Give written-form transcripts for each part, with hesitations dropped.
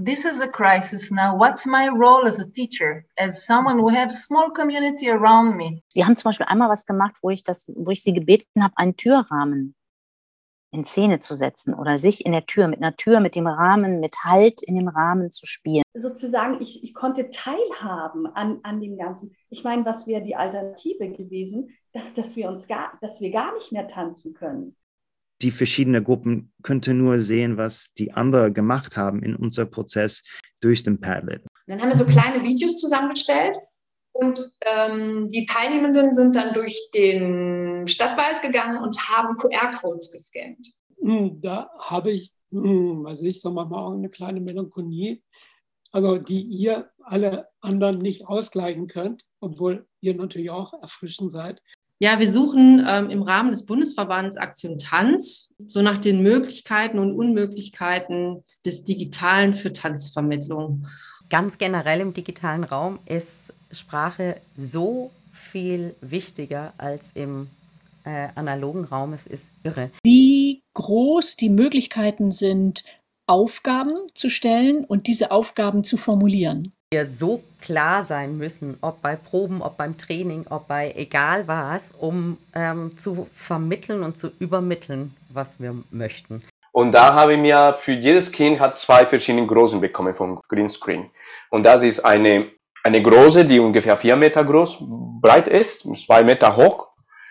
this is a crisis now, what's my role as a teacher, as someone who has small community around me? Wir haben zum Beispiel einmal was gemacht, wo ich sie gebeten habe, einen Türrahmen in Szene zu setzen oder sich in der Tür, mit einer Tür, mit dem Rahmen, mit Halt in dem Rahmen zu spielen. Sozusagen, ich konnte teilhaben an dem Ganzen. Ich meine, was wäre die Alternative gewesen, dass wir gar nicht mehr tanzen können. Die verschiedenen Gruppen könnten nur sehen, was die anderen gemacht haben in unserem Prozess durch den Padlet. Dann haben wir so kleine Videos zusammengestellt und die Teilnehmenden sind dann durch den Stadtwald gegangen und haben QR-Codes gescannt. Da habe ich, manchmal auch eine kleine Melancholie, also die ihr alle anderen nicht ausgleichen könnt, obwohl ihr natürlich auch erfrischend seid. Ja, wir suchen im Rahmen des Bundesverbands Aktion Tanz so nach den Möglichkeiten und Unmöglichkeiten des Digitalen für Tanzvermittlung. Ganz generell im digitalen Raum ist Sprache so viel wichtiger als im analogen Raum. Es ist irre. Wie groß die Möglichkeiten sind, Aufgaben zu stellen und diese Aufgaben zu formulieren. Wir so klar sein müssen, ob bei Proben, ob beim Training, ob bei egal was, um zu vermitteln und zu übermitteln, was wir möchten. Und da habe ich mir für jedes Kind hat 2 verschiedene Größen bekommen vom Greenscreen. Und das ist eine große, die ungefähr 4 Meter groß, breit ist, 2 Meter hoch.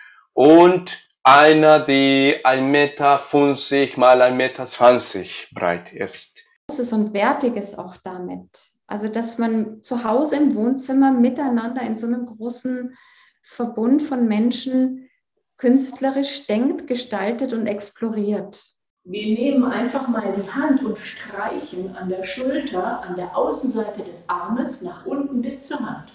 Und einer, die 1,50 Meter mal 1,20 Meter breit ist. Großes und Wertiges auch damit. Also, dass man zu Hause im Wohnzimmer miteinander in so einem großen Verbund von Menschen künstlerisch denkt, gestaltet und exploriert. Wir nehmen einfach mal die Hand und streichen an der Schulter, an der Außenseite des Armes nach unten bis zur Hand.